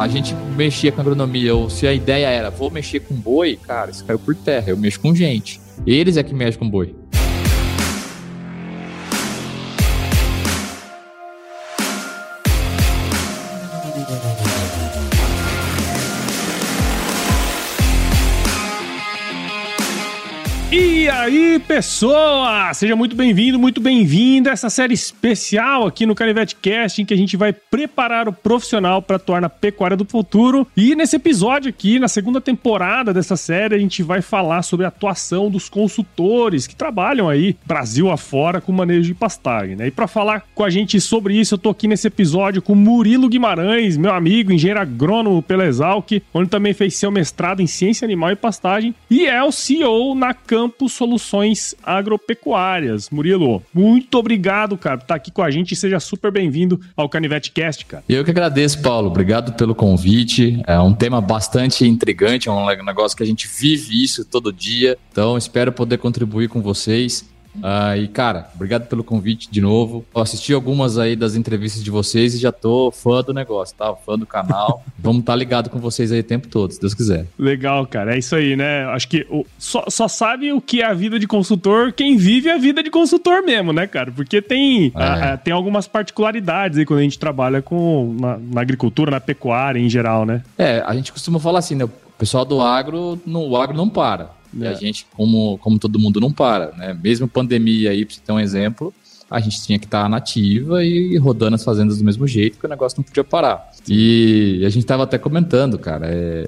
a gente mexia com agronomia, ou se a ideia era, vou mexer com boi, cara, isso caiu por terra. Eu mexo com gente. Eles é que mexem com boi. E aí, pessoa! Seja muito bem-vindo, muito bem-vinda a essa série especial aqui no Canivete Cast, em que a gente vai preparar o profissional para atuar na pecuária do futuro. E nesse episódio aqui, na segunda temporada dessa série, a gente vai falar sobre a atuação dos consultores que trabalham aí, Brasil afora, com manejo de pastagem, né? E para falar com a gente sobre isso, eu tô aqui nesse episódio com Murilo Guimarães, meu amigo, engenheiro agrônomo pela Exalc, onde também fez seu mestrado em ciência animal e pastagem, e é o CEO na Campos Soluções Agropecuárias. Murilo, muito obrigado, cara, por estar aqui com a gente e seja super bem-vindo ao Canivete Cast, cara. Eu que agradeço, Paulo. Obrigado pelo convite. É um tema bastante intrigante, é um negócio que a gente vive isso todo dia. Então, espero poder contribuir com vocês. E, cara, obrigado pelo convite de novo. Eu assisti algumas aí das entrevistas de vocês e já tô fã do negócio, tá? Fã do canal. Vamos estar ligado com vocês aí o tempo todo, se Deus quiser. Legal, cara. É isso aí, né? Acho que só sabe o que é a vida de consultor quem vive a vida de consultor mesmo, né, cara? Porque tem algumas particularidades aí quando a gente trabalha na agricultura, na pecuária em geral, né? A gente costuma falar assim, né? O pessoal do agro, o agro não para. E a gente, como todo mundo, não para, né? Mesmo pandemia aí, pra você ter um exemplo, a gente tinha que estar nativa e rodando as fazendas do mesmo jeito, porque o negócio não podia parar. E a gente tava até comentando, cara,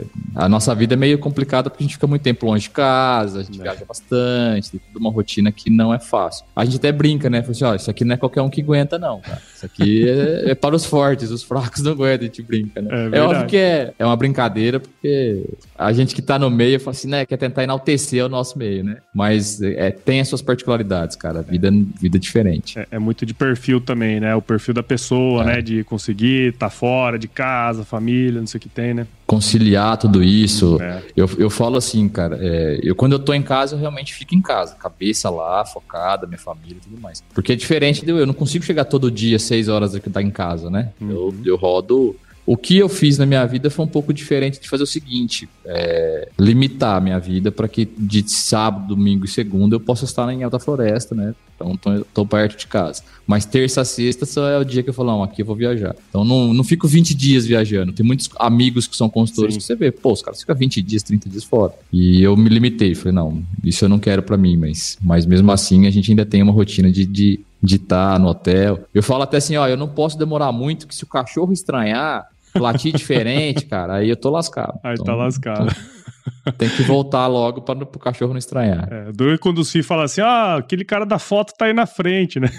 a nossa vida é meio complicada porque a gente fica muito tempo longe de casa, a gente viaja bastante, tem toda uma rotina que não é fácil. A gente até brinca, né? Fala assim, ó, isso aqui não é qualquer um que aguenta, não, cara. Isso aqui é para os fortes, os fracos não aguentam, a gente brinca, né? É óbvio que é uma brincadeira, porque a gente que tá no meio, fala assim, né, quer tentar enaltecer o nosso meio, né? Mas tem as suas particularidades, cara, vida é diferente. É muito de perfil também, né? O perfil da pessoa, né? De conseguir estar fora de casa, família, não sei o que tem, né? Conciliar tudo isso. Eu falo assim, cara, quando eu tô em casa, eu realmente fico em casa, cabeça lá, focada, minha família e tudo mais. Porque é diferente, eu não consigo chegar todo dia 6 horas aqui em casa, né? Eu rodo. O que eu fiz na minha vida foi um pouco diferente de fazer o seguinte, limitar a minha vida para que de sábado, domingo e segunda eu possa estar em Alta Floresta, né? Então tô perto de casa. Mas terça a sexta só é o dia que eu falo, não, aqui eu vou viajar. Então não fico 20 dias viajando. Tem muitos amigos que são consultores que você vê, pô, os caras ficam 20 dias, 30 dias fora. E eu me limitei, falei, não, isso eu não quero para mim, mas mesmo assim a gente ainda tem uma rotina de estar no hotel. Eu falo até assim, ó, eu não posso demorar muito, que se o cachorro estranhar, latir diferente, cara, aí eu tô lascado. Aí então, tá lascado. Tem que voltar logo pro cachorro não estranhar. Doido quando os filhos falam assim, aquele cara da foto tá aí na frente, né?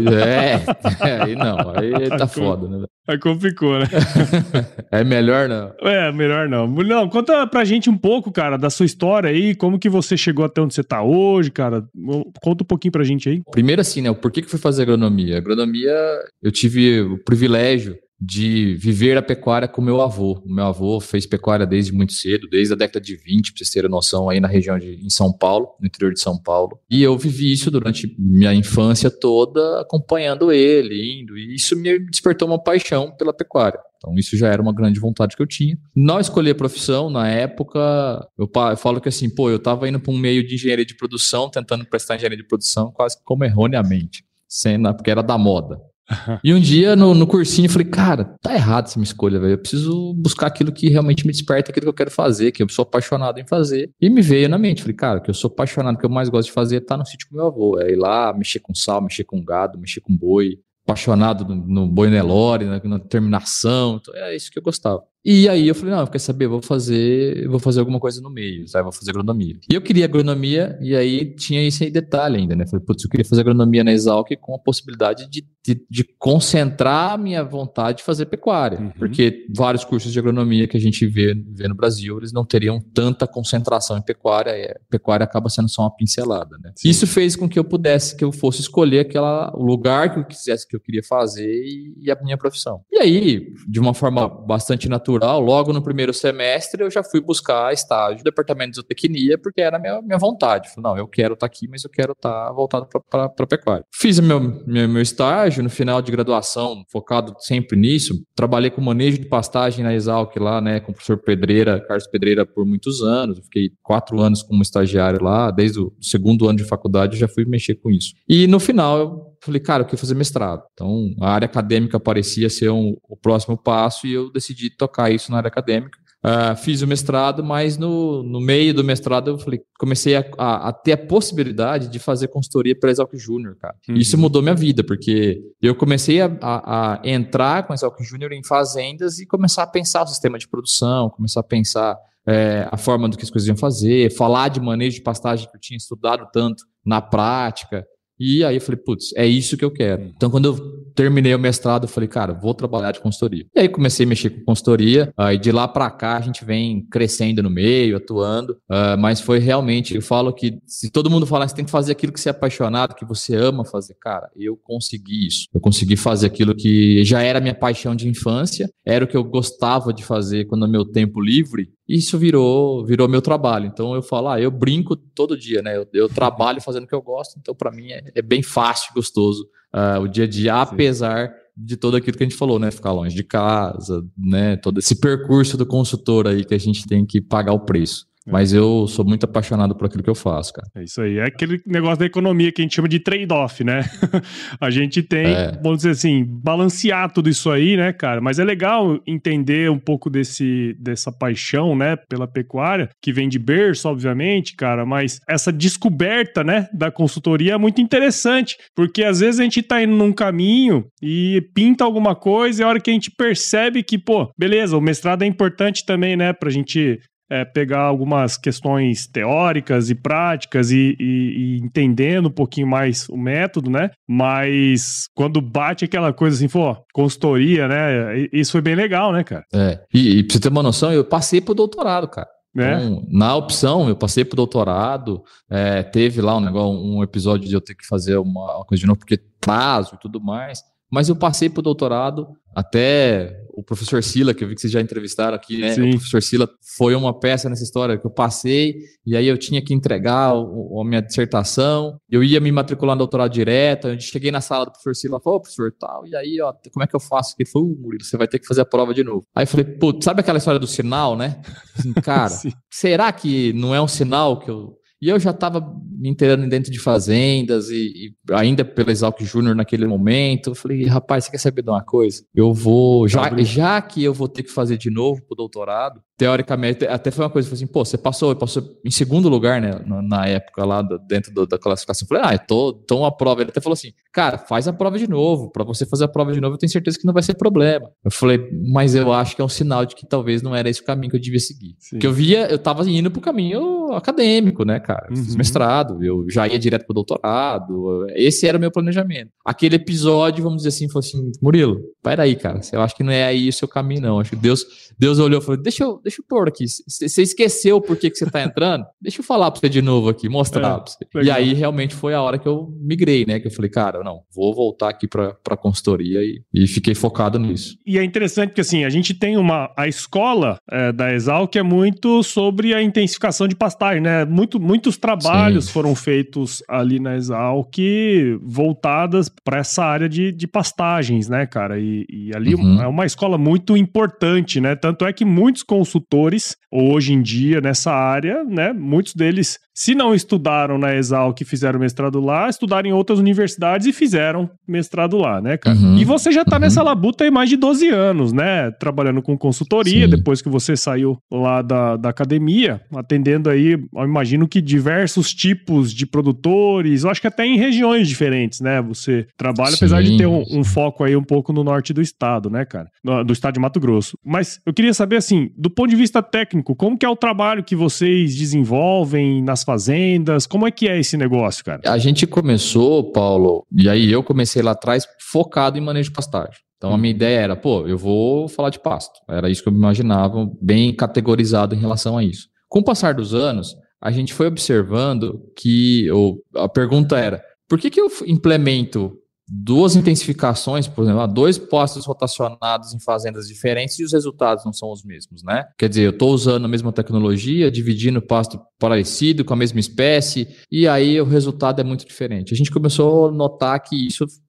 Aí não, aí tá foda, né? Aí complicou, né? É melhor não? Melhor não. Não, conta pra gente um pouco, cara, da sua história aí, como que você chegou até onde você tá hoje, cara. Conta um pouquinho pra gente aí. Primeiro assim, né, por que eu fui fazer agronomia? Agronomia, eu tive o privilégio de viver a pecuária com meu avô. O meu avô fez pecuária desde muito cedo, desde a década de 20, pra vocês terem noção, aí na região em São Paulo, no interior de São Paulo. E eu vivi isso durante minha infância toda, acompanhando ele, indo, e isso me despertou uma paixão pela pecuária. Então isso já era uma grande vontade que eu tinha. Não escolhi a profissão, na época, eu falo que assim, eu tava indo para um meio de engenharia de produção, tentando prestar engenharia de produção, quase como erroneamente, porque era da moda. E um dia no cursinho eu falei, cara, tá errado essa minha escolha, velho. Eu preciso buscar aquilo que realmente me desperta, aquilo que eu quero fazer, que eu sou apaixonado em fazer. E me veio na mente, falei, cara, o que eu sou apaixonado, o que eu mais gosto de fazer é estar no sítio com meu avô. É ir lá, mexer com sal, mexer com gado, mexer com boi. Apaixonado no boi Nelore, na determinação. Então é isso que eu gostava. E aí eu falei, não, quer saber, eu vou fazer alguma coisa no meio, sabe? Vou fazer agronomia. E eu queria agronomia, e aí tinha esse detalhe ainda, né? Falei, putz, eu queria fazer agronomia na Exalc com a possibilidade de concentrar a minha vontade de fazer pecuária. Porque vários cursos de agronomia que a gente vê no Brasil, eles não teriam tanta concentração em pecuária. Pecuária acaba sendo só uma pincelada, né? Sim. Isso fez com que eu fosse escolher o lugar que eu quisesse, que eu queria fazer e a minha profissão. E aí, de uma forma bastante natural, logo no primeiro semestre eu já fui buscar estágio no departamento de zootecnia, porque era a minha vontade. Falei, não, eu quero estar aqui, mas eu quero estar voltado para a pecuária. Fiz meu estágio, estágio no final de graduação, focado sempre nisso, trabalhei com manejo de pastagem na Exalc lá, né, com o professor Carlos Pedreira, por muitos anos. Eu fiquei 4 anos como estagiário lá, desde o segundo ano de faculdade eu já fui mexer com isso. E no final eu falei, cara, eu queria fazer mestrado. Então a área acadêmica parecia ser o próximo passo e eu decidi tocar isso na área acadêmica. Fiz o mestrado, mas no meio do mestrado eu comecei a ter a possibilidade de fazer consultoria para a Exalc Júnior, cara. Isso mudou minha vida, porque eu comecei a entrar com a Exalc Júnior em fazendas e começar a pensar o sistema de produção, começar a pensar a forma do que as coisas iam fazer, falar de manejo de pastagem que eu tinha estudado tanto na prática. E aí eu falei, putz, é isso que eu quero. Então, quando eu terminei o mestrado, eu falei, cara, vou trabalhar de consultoria. E aí comecei a mexer com consultoria, e de lá para cá a gente vem crescendo no meio, atuando, mas foi realmente, eu falo que se todo mundo falar, você tem que fazer aquilo que você é apaixonado, que você ama fazer, cara, eu consegui isso. Eu consegui fazer aquilo que já era minha paixão de infância, era o que eu gostava de fazer quando é meu tempo livre, e isso virou meu trabalho. Então eu falo, eu brinco todo dia, né? Eu trabalho fazendo o que eu gosto, então para mim é bem fácil e gostoso o dia a dia, apesar de tudo aquilo que a gente falou, né? Ficar longe de casa, né? Todo esse percurso do consultor aí que a gente tem que pagar o preço. Mas eu sou muito apaixonado por aquilo que eu faço, cara. É isso aí. É aquele negócio da economia que a gente chama de trade-off, né? A gente tem, vamos dizer assim, balancear tudo isso aí, né, cara? Mas é legal entender um pouco dessa paixão, né, pela pecuária, que vem de berço, obviamente, cara, mas essa descoberta, né, da consultoria é muito interessante, porque às vezes a gente tá indo num caminho e pinta alguma coisa e a hora que a gente percebe que, pô, beleza, o mestrado é importante também, né, pra gente pegar algumas questões teóricas e práticas e entendendo um pouquinho mais o método, né? Mas quando bate aquela coisa assim, pô, consultoria, né? Isso foi bem legal, né, cara? E pra você ter uma noção, eu passei pro doutorado, cara. Então, na opção, eu passei pro doutorado, teve lá um episódio de eu ter que fazer uma coisa de novo, porque prazo e tudo mais, mas eu passei pro doutorado, até o professor Sila, que eu vi que vocês já entrevistaram aqui, né? Sim. O professor Sila foi uma peça nessa história que eu passei, e aí eu tinha que entregar a minha dissertação, eu ia me matricular no doutorado direto, eu cheguei na sala do professor Sila, falei, professor, tal, e aí, como é que eu faço? Ele falou, Murilo, você vai ter que fazer a prova de novo. Aí eu falei, putz, sabe aquela história do sinal, né? Assim, cara, será que não é um sinal que eu... E eu já estava me inteirando dentro de fazendas e ainda pela Exalc Júnior naquele momento. Eu falei, rapaz, você quer saber de uma coisa? Eu vou, já que eu vou ter que fazer de novo pro doutorado, teoricamente, até foi uma coisa, eu falei assim, pô, você passou em segundo lugar, né, na época lá, dentro da classificação. Eu falei, então uma prova. Ele até falou assim, cara, faz a prova de novo. Para você fazer a prova de novo, eu tenho certeza que não vai ser problema. Eu falei, mas eu acho que é um sinal de que talvez não era esse o caminho que eu devia seguir. Sim. Porque eu tava indo pro caminho acadêmico, né, cara? Eu fiz mestrado, eu já ia direto pro doutorado. Esse era o meu planejamento. Aquele episódio, vamos dizer assim, foi assim, Murilo, peraí, cara, eu acho que não é aí o seu caminho, não. Acho que Deus olhou e falou, deixa eu pôr aqui. Você esqueceu por que você tá entrando? Deixa eu falar pra você de novo aqui, mostrar pra você. Legal. E aí, realmente, foi a hora que eu migrei, né? Que eu falei, cara, não, vou voltar aqui pra consultoria e fiquei focado nisso. E é interessante porque, assim, a gente tem a escola da Exalc é muito sobre a intensificação de pastagem, né? Muitos trabalhos foram feitos ali na Exalc voltadas para essa área de pastagens, né, cara? E ali é uma escola muito importante, né? Tanto é que muitos consultores, hoje em dia, nessa área, né? Muitos deles, se não estudaram na Exalc e fizeram mestrado lá, estudaram em outras universidades e fizeram mestrado lá, né, cara? E você já tá nessa labuta aí mais de 12 anos, né? Trabalhando com consultoria, depois que você saiu lá da academia, atendendo aí, eu imagino que diversos tipos de produtores, eu acho que até em regiões diferentes, né? Você trabalha, apesar de ter um foco aí um pouco no norte do estado, né, cara? Do estado de Mato Grosso. Mas eu queria saber, assim, do ponto de vista técnico, como que é o trabalho que vocês desenvolvem nas fazendas? Como é que é esse negócio, cara? A gente começou, Paulo, e aí eu comecei lá atrás focado em manejo de pastagem. Então a minha ideia era, eu vou falar de pasto. Era isso que eu me imaginava, bem categorizado em relação a isso. Com o passar dos anos, a gente foi observando que a pergunta era, por que eu implemento 2 intensificações, por exemplo, 2 postos rotacionados em fazendas diferentes e os resultados não são os mesmos, né? Quer dizer, eu estou usando a mesma tecnologia, dividindo pasto parecido com a mesma espécie, e aí o resultado é muito diferente. A gente começou a notar que isso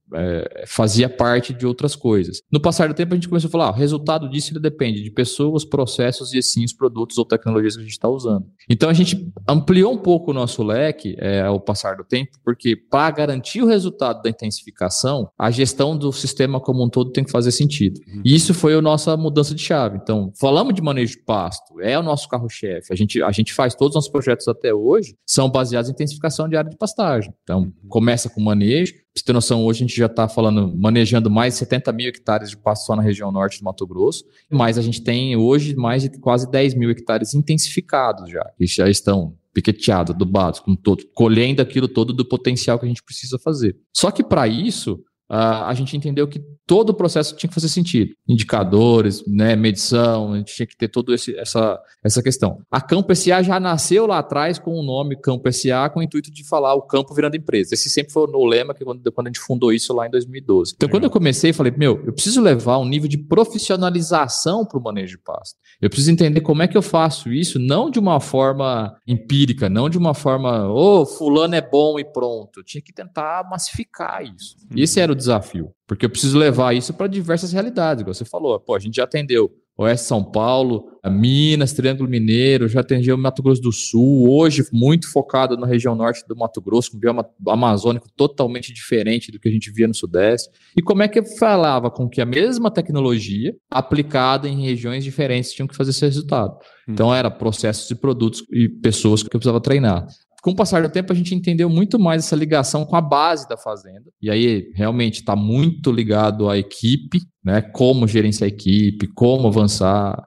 fazia parte de outras coisas. No passar do tempo, a gente começou a falar, o resultado disso ele depende de pessoas, processos e, assim, os produtos ou tecnologias que a gente está usando. Então, a gente ampliou um pouco o nosso leque ao passar do tempo, porque para garantir o resultado da intensificação, a gestão do sistema como um todo tem que fazer sentido. E isso foi a nossa mudança de chave. Então, falamos de manejo de pasto, é o nosso carro-chefe. A gente faz todos os nossos projetos até hoje, são baseados em intensificação de área de pastagem. Então, começa com manejo. Pra você ter noção, hoje a gente já está manejando mais de 70 mil hectares de pasto só na região norte do Mato Grosso, mas a gente tem hoje mais de quase 10 mil hectares intensificados já, que já estão piqueteados, adubados, com todo, colhendo aquilo todo do potencial que a gente precisa fazer. Só que para isso, a gente entendeu que todo o processo tinha que fazer sentido. Indicadores, né, medição, a gente tinha que ter toda essa questão. A Campo SA já nasceu lá atrás com o nome Campo SA, com o intuito de falar o campo virando empresa. Esse sempre foi o lema que quando a gente fundou isso lá em 2012. Então, quando eu comecei, eu falei, eu preciso levar um nível de profissionalização para o manejo de pasto. Eu preciso entender como é que eu faço isso, não de uma forma empírica, não de uma forma, fulano é bom e pronto. Eu tinha que tentar massificar isso. E esse era o desafio, porque eu preciso levar isso para diversas realidades, igual você falou. A gente já atendeu Oeste São Paulo, Minas, Triângulo Mineiro, já atendeu Mato Grosso do Sul, hoje muito focado na região norte do Mato Grosso, com um bioma amazônico totalmente diferente do que a gente via no Sudeste. E como é que eu falava com que a mesma tecnologia aplicada em regiões diferentes tinham que fazer esse resultado? Então era processos e produtos e pessoas que eu precisava treinar. Com o passar do tempo, a gente entendeu muito mais essa ligação com a base da fazenda. E aí, realmente, está muito ligado à equipe, né? Como gerenciar a equipe, como avançar,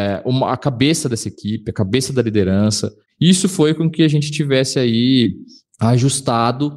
a cabeça dessa equipe, a cabeça da liderança. Isso foi com que a gente tivesse aí ajustado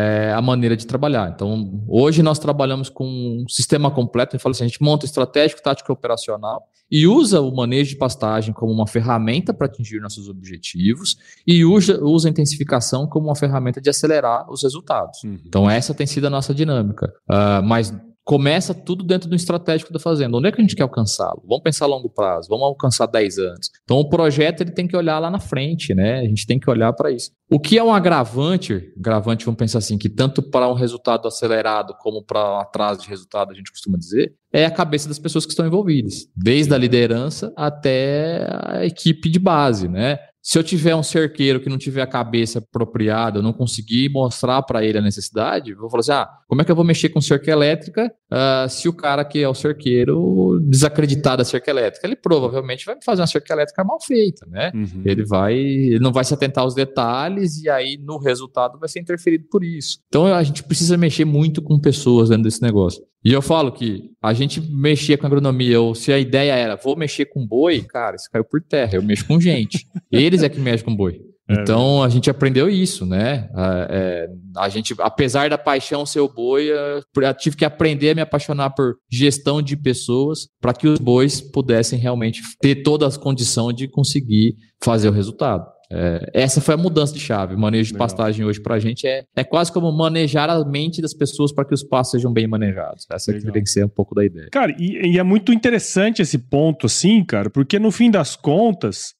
a maneira de trabalhar. Então, hoje nós trabalhamos com um sistema completo. A gente monta estratégico, tático e operacional e usa o manejo de pastagem como uma ferramenta para atingir nossos objetivos e usa a intensificação como uma ferramenta de acelerar os resultados. Então, essa tem sido a nossa dinâmica. Mas começa tudo dentro do estratégico da fazenda. Onde é que a gente quer alcançá-lo? Vamos pensar a longo prazo, vamos alcançar 10 anos. Então, o projeto ele tem que olhar lá na frente, né? A gente tem que olhar para isso. O que é um agravante, vamos pensar assim, que tanto para um resultado acelerado como para um atraso de resultado, a gente costuma dizer, é a cabeça das pessoas que estão envolvidas, desde a liderança até a equipe de base, né? Se eu tiver um cerqueiro que não tiver a cabeça apropriada, eu não conseguir mostrar para ele a necessidade, eu vou falar assim, como é que eu vou mexer com cerca elétrica se o cara que é o cerqueiro desacreditar da cerca elétrica? Ele provavelmente vai fazer uma cerca elétrica mal feita, né? Ele não vai se atentar aos detalhes e aí no resultado vai ser interferido por isso. Então a gente precisa mexer muito com pessoas dentro desse negócio. E eu falo que a gente mexia com agronomia, ou se a ideia era, vou mexer com boi, cara, isso caiu por terra, eu mexo com gente. Eles é que mexem com boi. Então, a gente aprendeu isso, né? A gente, apesar da paixão ser o boi, eu tive que aprender a me apaixonar por gestão de pessoas para que os bois pudessem realmente ter toda a condição de conseguir fazer o resultado. Essa foi a mudança de chave. O manejo de pastagem hoje pra gente é quase como manejar a mente das pessoas para que os pastos sejam bem manejados. Essa que tem que ser um pouco da ideia. Cara, e é muito interessante esse ponto, assim, cara, porque no fim das contas,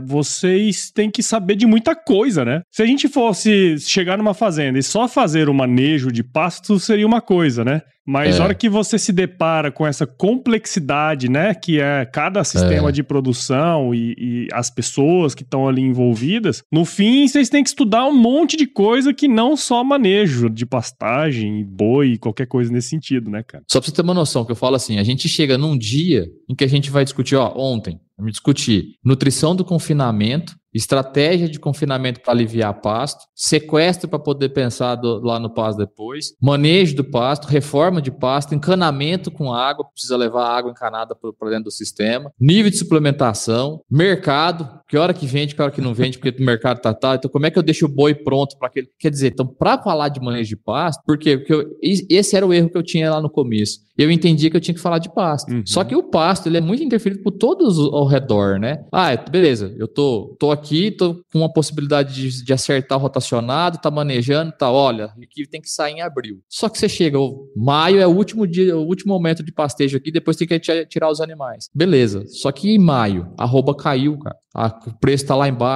vocês têm que saber de muita coisa, né? Se a gente fosse chegar numa fazenda e só fazer o manejo de pasto, seria uma coisa, né? Mas na hora que você se depara com essa complexidade, né, que é cada sistema de produção e as pessoas que estão ali envolvidas, no fim vocês têm que estudar um monte de coisa que não só manejo de pastagem, boi, qualquer coisa nesse sentido, né, cara? Só pra você ter uma noção, que eu falo assim, a gente chega num dia em que a gente vai discutir, ontem, vamos discutir nutrição do confinamento, estratégia de confinamento para aliviar pasto, sequestro para poder pensar lá no pasto depois, manejo do pasto, reforma de pasto, encanamento com água, precisa levar água encanada para dentro do sistema, nível de suplementação, mercado, que hora que vende, que hora que não vende, porque o mercado tá tal, então como é que eu deixo o boi pronto para aquele... Quer dizer, então para falar de manejo de pasto, porque esse era o erro que eu tinha lá no começo, eu entendia que eu tinha que falar de pasto, só que o pasto ele é muito interferido por todos ao redor, né? Beleza, eu tô aqui, tô com uma possibilidade de acertar o rotacionado, tá manejando, olha, aqui tem que sair em abril. Só que você chega, maio é o último dia, o último momento de pastejo aqui, depois tem que tirar os animais. Beleza, só que em maio, a arroba caiu, cara. O preço tá lá embaixo.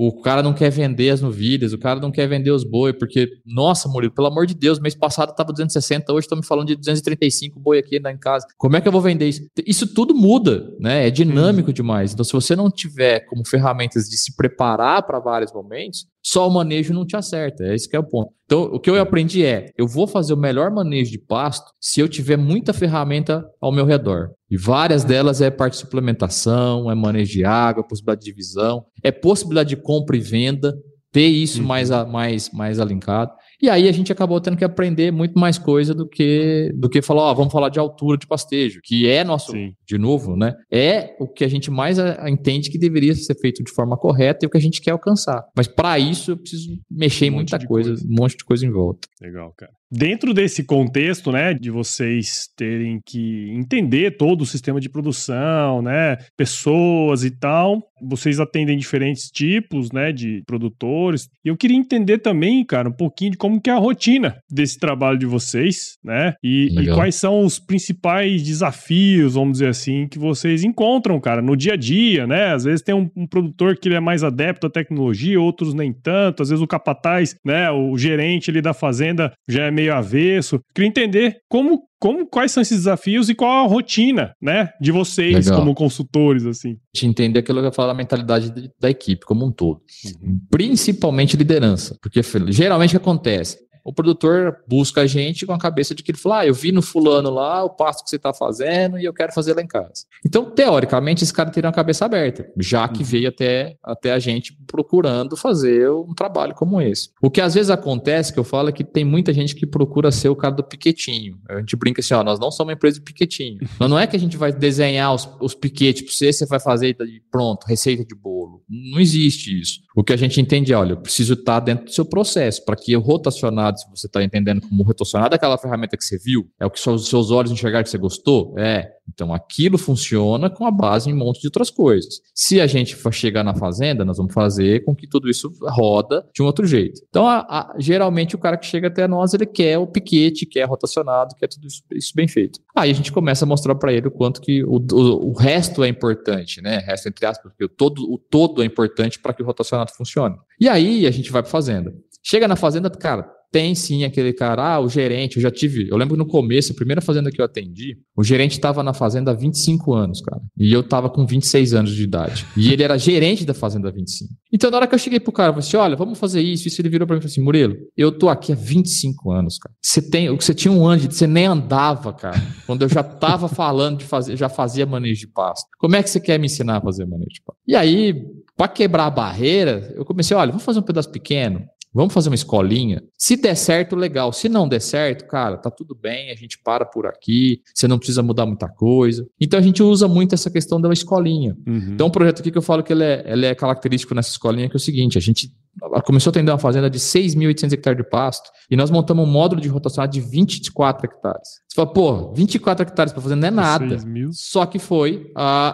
o cara não quer vender as novilhas, o cara não quer vender os boi, porque, nossa, Murilo, pelo amor de Deus, mês passado estava 260, hoje estão me falando de 235 boi aqui em casa. Como é que eu vou vender isso? Isso tudo muda, né? É dinâmico demais. Então, se você não tiver como ferramentas de se preparar para vários momentos, só o manejo não te acerta. É esse que é o ponto. Então, o que eu aprendi eu vou fazer o melhor manejo de pasto se eu tiver muita ferramenta ao meu redor. E várias delas é parte de suplementação, é manejo de água, possibilidade de divisão, é possibilidade de compra e venda, ter isso mais alinkado. E aí a gente acabou tendo que aprender muito mais coisa do que falar, vamos falar de altura de pastejo, que é nosso, de novo, né? É o que a gente mais entende que deveria ser feito de forma correta e o que a gente quer alcançar. Mas para isso eu preciso mexer em muita coisa, um monte de coisa em volta. Legal, cara. Dentro desse contexto, né, de vocês terem que entender todo o sistema de produção, né, pessoas e tal, vocês atendem diferentes tipos, né, de produtores. E eu queria entender também, cara, um pouquinho de como que é a rotina desse trabalho de vocês, né, e quais são os principais desafios, vamos dizer assim, que vocês encontram, cara, no dia a dia, né? Às vezes tem um produtor que ele é mais adepto à tecnologia, outros nem tanto. Às vezes o capataz, né, o gerente ali da fazenda já é meio avesso. Queria entender quais são esses desafios e qual a rotina, né, de vocês como consultores, assim. A gente entender aquilo que eu falo da mentalidade da equipe como um todo. Principalmente liderança. Porque geralmente o que acontece? O produtor busca a gente com a cabeça de que ele fala, eu vi no fulano lá o pasto que você está fazendo e eu quero fazer lá em casa. Então, teoricamente, esse cara teria uma cabeça aberta, já que veio até a gente procurando fazer um trabalho como esse. O que às vezes acontece, que eu falo, é que tem muita gente que procura ser o cara do piquetinho. A gente brinca assim, nós não somos uma empresa de piquetinho. Mas não é que a gente vai desenhar os piquetes para você vai fazer pronto, receita de bolo. Não existe isso. O que a gente entende é, eu preciso estar dentro do seu processo, para que o rotacionado, se você está entendendo como rotacionado, aquela ferramenta que você viu, é o que os seus olhos enxergaram que você gostou? Então aquilo funciona com a base em um monte de outras coisas. Se a gente for chegar na fazenda, nós vamos fazer com que tudo isso roda de um outro jeito. Então, geralmente o cara que chega até nós, ele quer o piquete, quer rotacionado, quer tudo isso bem feito. Aí a gente começa a mostrar para ele o quanto que o resto é importante, né? Resto entre aspas, porque o todo é importante para que o rotacionado funcione. E aí a gente vai para a fazenda. Chega na fazenda, cara, tem sim aquele cara, o gerente, eu lembro no começo, a primeira fazenda que eu atendi, o gerente estava na fazenda há 25 anos, cara, e eu estava com 26 anos de idade, e ele era gerente da fazenda há 25. Então, na hora que eu cheguei pro cara, eu falei assim, olha, vamos fazer isso, ele virou para mim e falou assim, Murilo, eu tô aqui há 25 anos, cara, você tinha um ano, você nem andava, cara, quando eu já estava falando de fazer, já fazia manejo de pasto, como é que você quer me ensinar a fazer manejo de pasto? E aí, para quebrar a barreira, eu comecei, olha, vamos fazer um pedaço pequeno, vamos fazer uma escolinha. Se der certo, legal. Se não der certo, cara, tá tudo bem, a gente para por aqui, você não precisa mudar muita coisa. Então a gente usa muito essa questão da escolinha. Então um projeto aqui que eu falo que ele é característico nessa escolinha, que é o seguinte, a gente começou a atender uma fazenda de 6.800 hectares de pasto e nós montamos um módulo de rotacionado de 24 hectares. Você fala, 24 hectares para fazer não é nada. 6.000. Só que foi a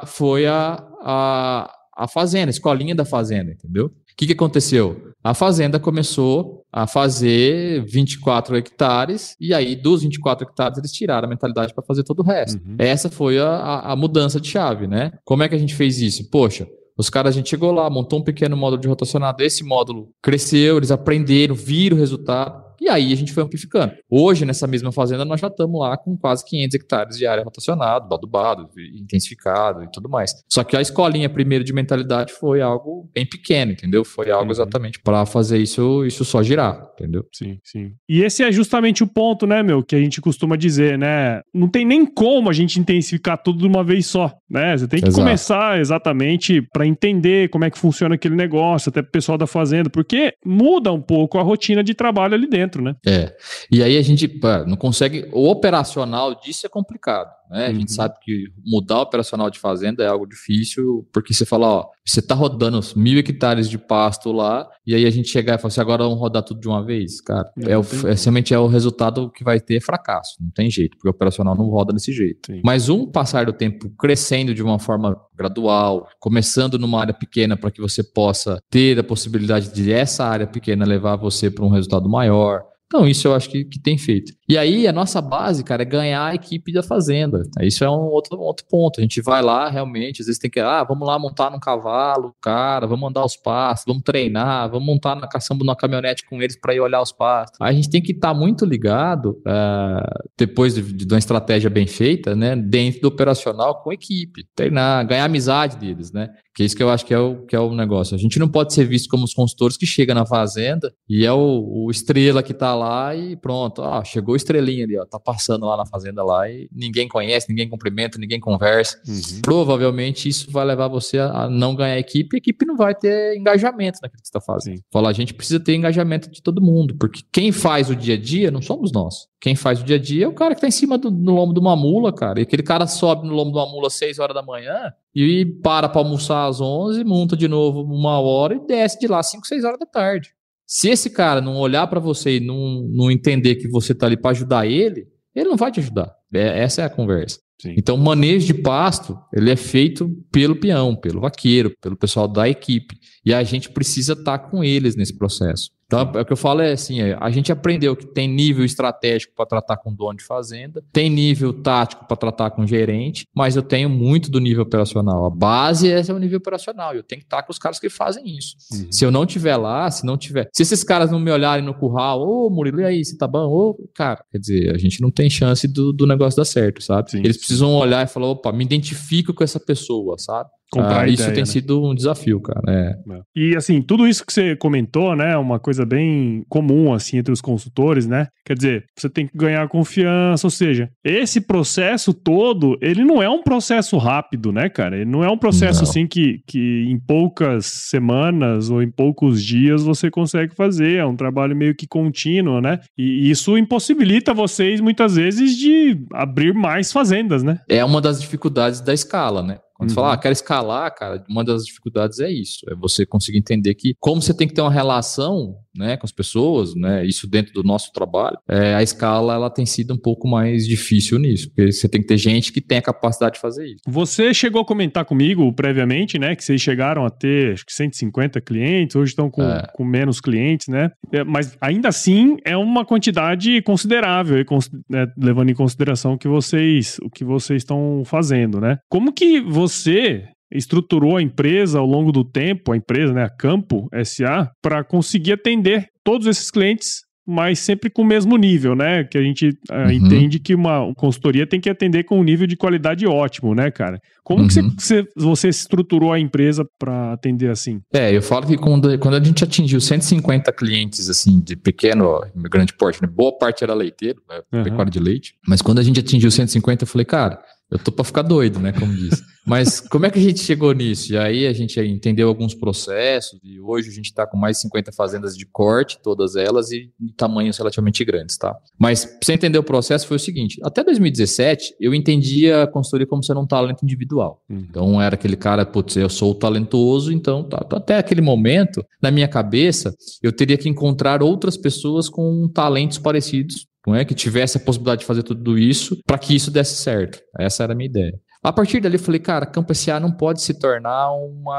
fazenda, a escolinha da fazenda, entendeu? O que aconteceu? A fazenda começou a fazer 24 hectares e aí dos 24 hectares eles tiraram a mentalidade para fazer todo o resto. Essa foi a mudança de chave, né? Como é que a gente fez isso? Poxa, a gente chegou lá, montou um pequeno módulo de rotacionado, esse módulo cresceu, eles aprenderam, viram o resultado. E aí a gente foi amplificando. Hoje, nessa mesma fazenda, nós já estamos lá com quase 500 hectares de área rotacionada, adubado, intensificado e tudo mais. Só que a escolinha primeiro de mentalidade foi algo bem pequeno, entendeu? Foi algo exatamente para fazer isso só girar, entendeu? Sim, sim. E esse é justamente o ponto, né, que a gente costuma dizer, né? Não tem nem como a gente intensificar tudo de uma vez só, né? Você tem que começar exatamente para entender como é que funciona aquele negócio, até pro pessoal da fazenda, porque muda um pouco a rotina de trabalho ali dentro. Né? E aí a gente não consegue, o operacional disso é complicado, né? A gente sabe que mudar o operacional de fazenda é algo difícil, porque você fala, você tá rodando 1.000 hectares de pasto lá, e aí a gente chegar e falar assim, agora vamos rodar tudo de uma vez, cara, realmente o resultado que vai ter é fracasso, não tem jeito, porque o operacional não roda desse jeito. Sim. Mas passar do tempo crescendo de uma forma gradual, começando numa área pequena para que você possa ter a possibilidade de essa área pequena levar você para um resultado maior, Então, isso eu acho que tem feito. E aí, a nossa base, cara, é ganhar a equipe da fazenda. Isso é um outro ponto. A gente vai lá, realmente, às vezes tem que, vamos lá montar num cavalo, cara, vamos andar os pastos, vamos treinar, vamos montar na caçamba numa caminhonete com eles para ir olhar os pastos. Aí a gente tem que estar muito ligado, depois de uma estratégia bem feita, né, dentro do operacional com a equipe, treinar, ganhar a amizade deles, né? Que é isso que eu acho que é o negócio. A gente não pode ser visto como os consultores que chegam na fazenda e é o estrela que tá lá e pronto, chegou o estrelinha ali, tá passando lá na fazenda lá e ninguém conhece, ninguém cumprimenta, ninguém conversa. Provavelmente isso vai levar você a não ganhar a equipe não vai ter engajamento naquilo que você está fazendo. Fala, a gente precisa ter engajamento de todo mundo, porque quem faz o dia a dia não somos nós. Quem faz o dia a dia é o cara que tá em cima no lombo de uma mula, cara. E aquele cara sobe no lombo de uma mula às 6 horas da manhã e para almoçar às 11, monta de novo 1 hora e desce de lá às 5, 6 horas da tarde. Se esse cara não olhar para você e não entender que você tá ali para ajudar ele não vai te ajudar. Essa é a conversa. Sim. Então, o manejo de pasto, ele é feito pelo peão, pelo vaqueiro, pelo pessoal da equipe. E a gente precisa estar com eles nesse processo. Então, o que eu falo é assim, a gente aprendeu que tem nível estratégico para tratar com dono de fazenda, tem nível tático para tratar com gerente, mas eu tenho muito do nível operacional. A base é o nível operacional, eu tenho que estar com os caras que fazem isso. Se eu não tiver lá, se esses caras não me olharem no curral, Murilo, e aí, você tá bom? Cara, quer dizer, a gente não tem chance do negócio dar certo, sabe? Sim. Eles precisam olhar e falar, me identifico com essa pessoa, sabe? Isso ideia, tem sido um desafio, cara. E assim, tudo isso que você comentou, né, é uma coisa bem comum, assim, entre os consultores, né? Quer dizer, você tem que ganhar confiança, ou seja, esse processo todo, ele não é um processo rápido, né, cara? Ele não é um processo, assim, que em poucas semanas ou em poucos dias você consegue fazer. É um trabalho meio que contínuo, né? E isso impossibilita vocês, muitas vezes, de abrir mais fazendas, né? É uma das dificuldades da escala, né? Quando você fala, quero escalar, cara, uma das dificuldades é isso. É você conseguir entender que como você tem que ter uma relação, né, com as pessoas, né, isso dentro do nosso trabalho, a escala, ela tem sido um pouco mais difícil nisso, porque você tem que ter gente que tem a capacidade de fazer isso. Você chegou a comentar comigo previamente, né, que vocês chegaram a ter, acho que 150 clientes, hoje estão com menos clientes, né, mas ainda assim é uma quantidade considerável, né, levando em consideração o que vocês estão fazendo, né. Como que você estruturou a empresa ao longo do tempo, a empresa, né, a Campo SA, para conseguir atender todos esses clientes, mas sempre com o mesmo nível, né? Que a gente entende que uma consultoria tem que atender com um nível de qualidade ótimo, né, cara? Como que você estruturou a empresa para atender assim? Eu falo que quando a gente atingiu 150 clientes, assim, de pequeno, grande porte, né? Boa parte era leiteiro, né? Pecuária de leite, mas quando a gente atingiu 150, eu falei, cara, eu tô pra ficar doido, né, como diz. Mas como é que a gente chegou nisso? E aí a gente entendeu alguns processos e hoje a gente tá com mais de 50 fazendas de corte, todas elas, e de tamanhos relativamente grandes, tá? Mas pra você entender o processo foi o seguinte, até 2017 eu entendia a consultoria como sendo um talento individual. Então era aquele cara, eu sou talentoso, então até aquele momento, na minha cabeça, eu teria que encontrar outras pessoas com talentos parecidos, que tivesse a possibilidade de fazer tudo isso para que isso desse certo. Essa era a minha ideia. A partir dali eu falei, cara, a Campo SA não pode se tornar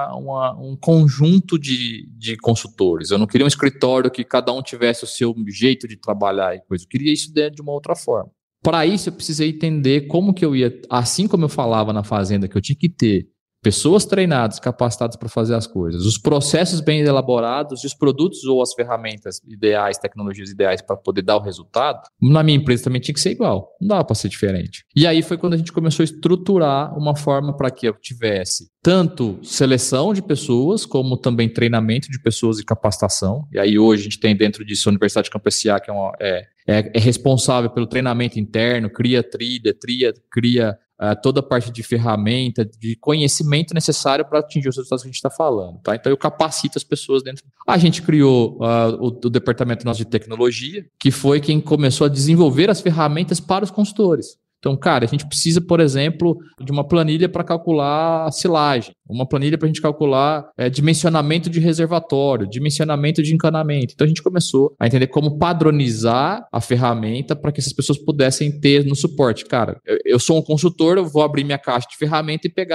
um conjunto de consultores. Eu não queria um escritório que cada um tivesse o seu jeito de trabalhar e coisa. Eu queria isso dentro de uma outra forma. Para isso eu precisei entender como que eu ia, assim como eu falava na fazenda, que eu tinha que ter pessoas treinadas, capacitadas para fazer as coisas, os processos bem elaborados e os produtos ou as ferramentas ideais, tecnologias ideais para poder dar o resultado, na minha empresa também tinha que ser igual, não dava para ser diferente. E aí foi quando a gente começou a estruturar uma forma para que eu tivesse tanto seleção de pessoas, como também treinamento de pessoas e capacitação. E aí hoje a gente tem dentro disso a Universidade de Campo SA, que é responsável pelo treinamento interno, cria trilha, cria toda a parte de ferramenta, de conhecimento necessário para atingir os resultados que a gente está falando. Tá? Então eu capacito as pessoas dentro. A gente criou o departamento nosso de tecnologia, que foi quem começou a desenvolver as ferramentas para os consultores. Então, cara, a gente precisa, por exemplo, de uma planilha para calcular a silagem, uma planilha para a gente calcular dimensionamento de reservatório, dimensionamento de encanamento. Então, a gente começou a entender como padronizar a ferramenta para que essas pessoas pudessem ter no suporte. Cara, eu sou um consultor, eu vou abrir minha caixa de ferramenta e pegar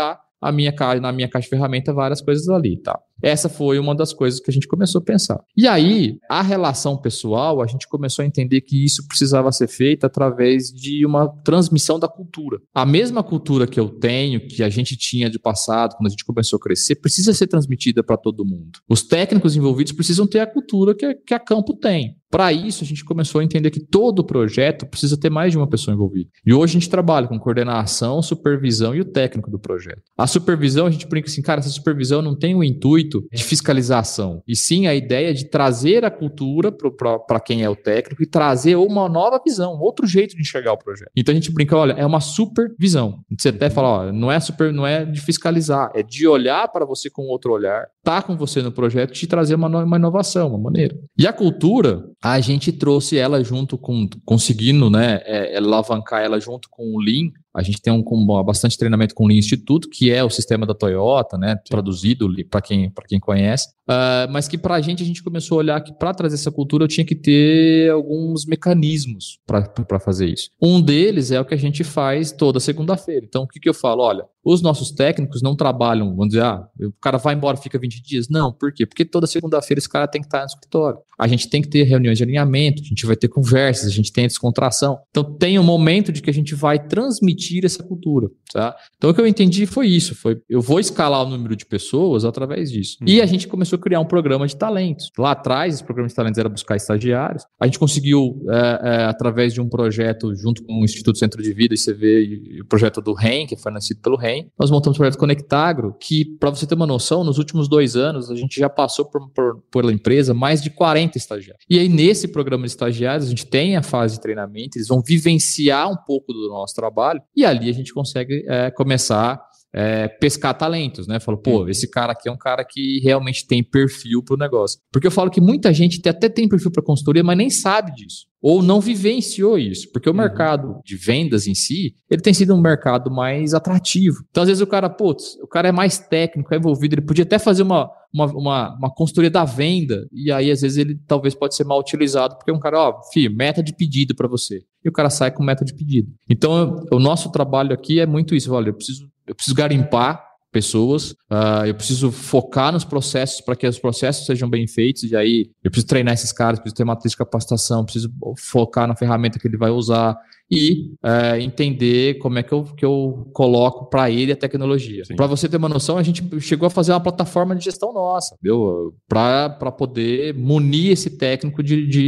na minha caixa de ferramenta várias coisas ali, tá? Essa foi uma das coisas que a gente começou a pensar. E aí, a relação pessoal, a gente começou a entender que isso precisava ser feito através de uma transmissão da cultura. A mesma cultura que eu tenho, que a gente tinha de passado, quando a gente começou a crescer, precisa ser transmitida para todo mundo. Os técnicos envolvidos precisam ter a cultura que a Campo tem. Para isso, a gente começou a entender que todo projeto precisa ter mais de uma pessoa envolvida. E hoje a gente trabalha com coordenação, supervisão e o técnico do projeto. A supervisão, a gente brinca assim, cara, essa supervisão não tem o intuito de fiscalização, e sim a ideia de trazer a cultura para quem é o técnico e trazer uma nova visão, outro jeito de enxergar o projeto. Então a gente brinca, olha, é uma supervisão. Você até fala, ó, não é de fiscalizar, é de olhar para você com outro olhar, tá com você no projeto e te trazer uma inovação, uma maneira. E a cultura, a gente trouxe ela junto com, conseguindo, né, alavancar ela junto com o Lean. A gente tem bastante treinamento com o Lean Instituto, que é o sistema da Toyota, né, traduzido para quem conhece, mas que para a gente começou a olhar que para trazer essa cultura eu tinha que ter alguns mecanismos para fazer isso. Um deles é o que a gente faz toda segunda-feira. Então, o que eu falo? Olha, os nossos técnicos não trabalham, vamos dizer, o cara vai embora, fica 20 dias. Não, por quê? Porque toda segunda-feira esse cara tem que estar no escritório. A gente tem que ter reuniões de alinhamento, a gente vai ter conversas, a gente tem a descontração. Então, tem um momento de que a gente vai transmitir essa cultura, tá? Então, o que eu entendi foi isso, eu vou escalar o número de pessoas através disso. E a gente começou a criar um programa de talentos. Lá atrás, esse programa de talentos era buscar estagiários. A gente conseguiu, através de um projeto junto com o Instituto Centro de Vida, ICV, e o projeto do REM, que foi nascido pelo REM, nós montamos o projeto Conectagro, que, para você ter uma noção, nos últimos 2 anos, a gente já passou pela empresa mais de 40 estagiários. E aí, nesse programa de estagiários, a gente tem a fase de treinamento, eles vão vivenciar um pouco do nosso trabalho, e ali a gente consegue começar pescar talentos, né? Falo, pô, esse cara aqui é um cara que realmente tem perfil pro negócio. Porque eu falo que muita gente até tem perfil para consultoria, mas nem sabe disso. Ou não vivenciou isso. Porque o mercado de vendas em si, ele tem sido um mercado mais atrativo. Então, às vezes, o cara é mais técnico, é envolvido, ele podia até fazer uma consultoria da venda, e aí, às vezes, ele talvez pode ser mal utilizado, porque um cara, meta de pedido para você. E o cara sai com meta de pedido. Então, o nosso trabalho aqui é muito isso. Olha, eu preciso garimpar pessoas, eu preciso focar nos processos para que os processos sejam bem feitos, e aí eu preciso treinar esses caras, preciso ter matriz de capacitação, preciso focar na ferramenta que ele vai usar e entender como é que eu coloco para ele a tecnologia. Para você ter uma noção, a gente chegou a fazer uma plataforma de gestão nossa, para poder munir esse técnico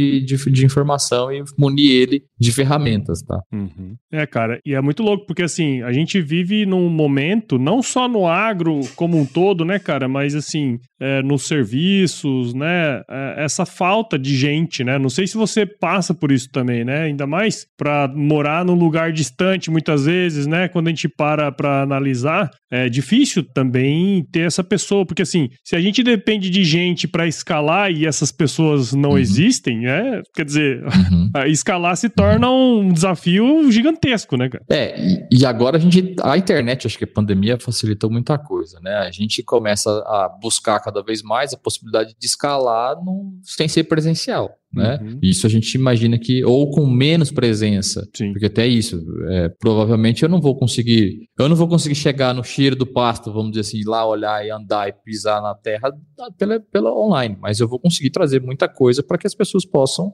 de informação e munir ele de ferramentas, tá? Uhum. Cara, e é muito louco, porque assim, a gente vive num momento, não só no agro como um todo, né, cara, mas assim, nos serviços, né, essa falta de gente, né, não sei se você passa por isso também, né, ainda mais para morar num lugar distante, muitas vezes, né, quando a gente para analisar, é difícil também ter essa pessoa, porque assim, se a gente depende de gente para escalar e essas pessoas não existem, quer dizer, escalar se torna um desafio gigantesco, né, cara? E agora a internet, acho que a pandemia facilitou muita coisa, né? A gente começa a buscar cada vez mais a possibilidade de escalar sem ser presencial, né? Isso a gente imagina que, ou com menos presença, porque até isso, provavelmente eu não vou conseguir chegar no cheiro do pasto, vamos dizer assim, ir lá olhar e andar e pisar na terra pela online, mas eu vou conseguir trazer muita coisa para que as pessoas possam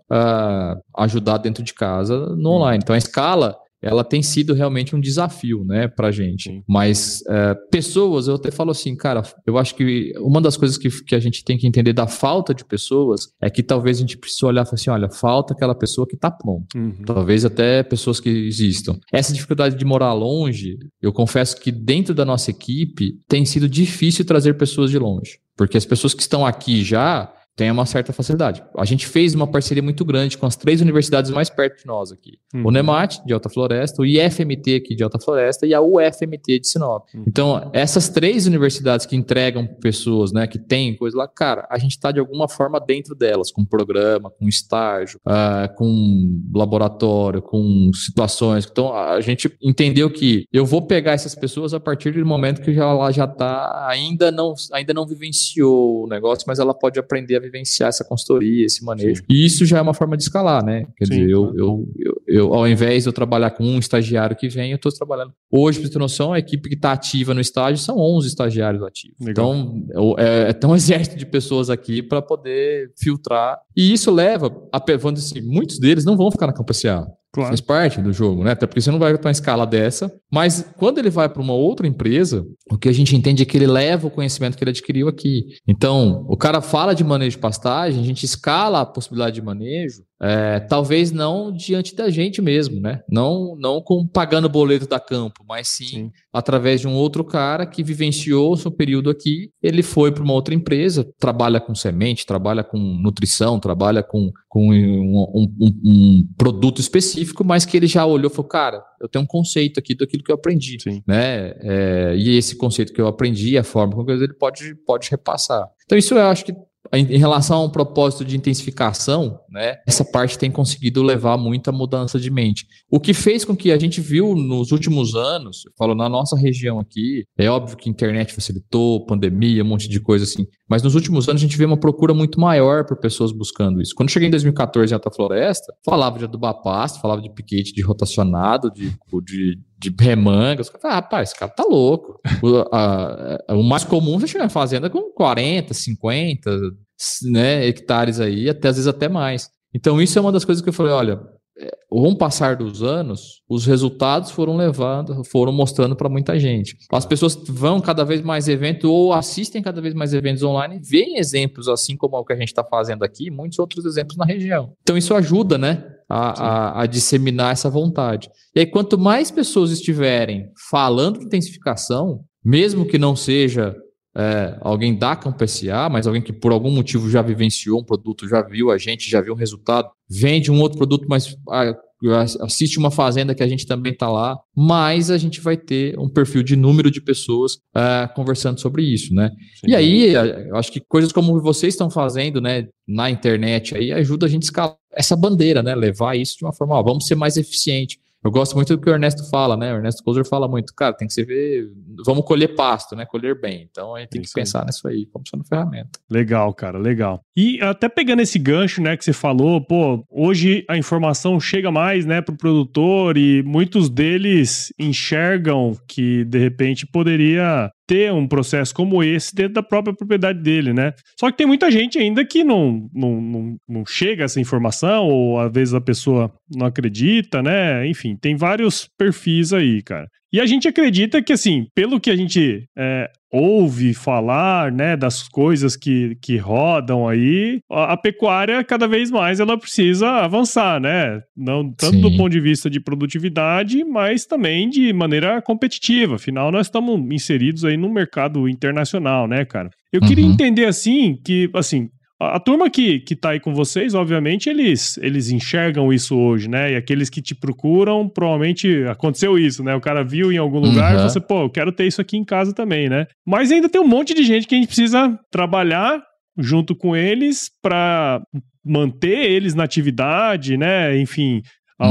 ajudar dentro de casa no online. Então a escala, ela tem sido realmente um desafio, né, pra gente. Mas pessoas, eu até falo assim, cara, eu acho que uma das coisas que a gente tem que entender da falta de pessoas é que talvez a gente precise olhar e falar assim, olha, falta aquela pessoa que tá pronta. Talvez até pessoas que existam. Essa dificuldade de morar longe, eu confesso que dentro da nossa equipe tem sido difícil trazer pessoas de longe. Porque as pessoas que estão aqui já tem uma certa facilidade. A gente fez uma parceria muito grande com as 3 universidades mais perto de nós aqui. O NEMAT, de Alta Floresta, o IFMT aqui de Alta Floresta e a UFMT de Sinop. Então, essas 3 universidades que entregam pessoas, né, que tem coisa lá, cara, a gente está de alguma forma dentro delas, com programa, com estágio, com laboratório, com situações. Então, a gente entendeu que eu vou pegar essas pessoas a partir do momento que ela já está, ainda não vivenciou o negócio, mas ela pode aprender a vivenciar essa consultoria, esse manejo. E isso já é uma forma de escalar, né? Quer dizer, eu, ao invés de eu trabalhar com um estagiário que vem, eu estou trabalhando. Hoje, para você ter noção, a equipe que está ativa no estágio são 11 estagiários ativos. Legal. Então, é um exército de pessoas aqui para poder filtrar. E isso leva, vamos dizer assim, muitos deles não vão ficar na Campus SA. Claro. Faz parte do jogo, né? Até porque você não vai para uma escala dessa. Mas quando ele vai para uma outra empresa, o que a gente entende é que ele leva o conhecimento que ele adquiriu aqui. Então, o cara fala de manejo de pastagem, a gente escala a possibilidade de manejo, talvez não diante da gente mesmo, né? Não pagando o boleto da campo, mas sim através de um outro cara que vivenciou o seu período aqui, ele foi para uma outra empresa, trabalha com semente, trabalha com nutrição, trabalha com um produto específico, mas que ele já olhou e falou, cara, eu tenho um conceito aqui daquilo que eu aprendi, né? E esse conceito que eu aprendi, a forma como ele pode repassar. Então isso eu acho que em relação a um propósito de intensificação, né, essa parte tem conseguido levar muita mudança de mente. O que fez com que a gente viu nos últimos anos, eu falo na nossa região aqui, é óbvio que a internet facilitou, pandemia, um monte de coisa assim, mas nos últimos anos a gente vê uma procura muito maior por pessoas buscando isso. Quando eu cheguei em 2014 em Alta Floresta, falava de adubar pasto, falava de piquete, de rotacionado, de remangas. Rapaz, esse cara tá louco. O mais comum você chegar em fazenda com 40, 50, né, hectares aí, às vezes até mais. Então isso é uma das coisas que eu falei, olha, com o passar dos anos, os resultados foram mostrando para muita gente. As pessoas vão cada vez mais eventos ou assistem cada vez mais eventos online e veem exemplos assim como o que a gente está fazendo aqui, muitos outros exemplos na região. Então isso ajuda, né, a disseminar essa vontade. E aí quanto mais pessoas estiverem falando de intensificação, mesmo que não seja alguém da Campus SA, mas alguém que por algum motivo já vivenciou um produto, já viu a gente, já viu um resultado, vende um outro produto, mas assiste uma fazenda que a gente também está lá, mas a gente vai ter um perfil de número de pessoas conversando sobre isso, né? Sim. E aí, eu acho que coisas como vocês estão fazendo, né, na internet, aí ajuda a gente a escalar essa bandeira, né? Levar isso de uma forma, vamos ser mais eficiente. Eu gosto muito do que o Ernesto fala, né? O Ernesto Kozer fala muito, cara, tem que ser vamos colher pasto, né? Colher bem. Então a gente tem que pensar nisso aí, como sendo ferramenta. Legal, cara, legal. E até pegando esse gancho, né, que você falou, hoje a informação chega mais, né, pro produtor e muitos deles enxergam que de repente poderia ter um processo como esse dentro da própria propriedade dele, né? Só que tem muita gente ainda que não chega a essa informação, ou às vezes a pessoa não acredita, né? Enfim, tem vários perfis aí, cara. E a gente acredita que, assim, pelo que a gente ouve falar, né, das coisas que rodam aí, a pecuária, cada vez mais, ela precisa avançar, né? Não tanto do ponto de vista de produtividade, mas também de maneira competitiva. Afinal, nós estamos inseridos aí no mercado internacional, né, cara? Eu queria entender, assim, que, assim, a turma que tá aí com vocês, obviamente, eles enxergam isso hoje, né? E aqueles que te procuram, provavelmente aconteceu isso, né? O cara viu em algum lugar e você, eu quero ter isso aqui em casa também, né? Mas ainda tem um monte de gente que a gente precisa trabalhar junto com eles para manter eles na atividade, né? Enfim,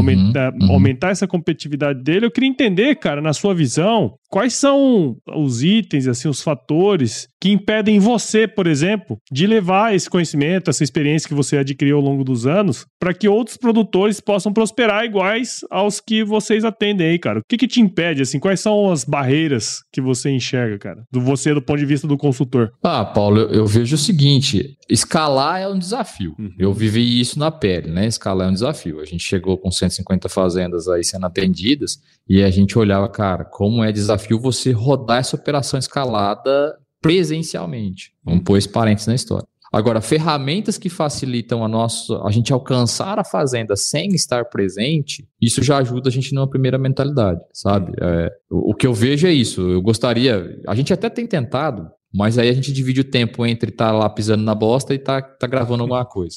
aumentar essa competitividade dele. Eu queria entender, cara, na sua visão, quais são os itens, assim, os fatores que impedem você, por exemplo, de levar esse conhecimento, essa experiência que você adquiriu ao longo dos anos, para que outros produtores possam prosperar iguais aos que vocês atendem aí, cara? O que te impede, assim? Quais são as barreiras que você enxerga, cara? Do ponto de vista do consultor. Paulo, eu vejo o seguinte, escalar é um desafio. Eu vivi isso na pele, né? Escalar é um desafio. A gente chegou com 150 fazendas aí sendo atendidas e a gente olhava, cara, como é desafio você rodar essa operação escalada presencialmente. Vamos pôr esse parênteses na história. Agora, ferramentas que facilitam a gente alcançar a fazenda sem estar presente, isso já ajuda a gente numa primeira mentalidade, sabe? O que eu vejo é isso. Eu gostaria... A gente até tem tentado, mas aí a gente divide o tempo entre estar lá pisando na bosta e tá gravando alguma coisa.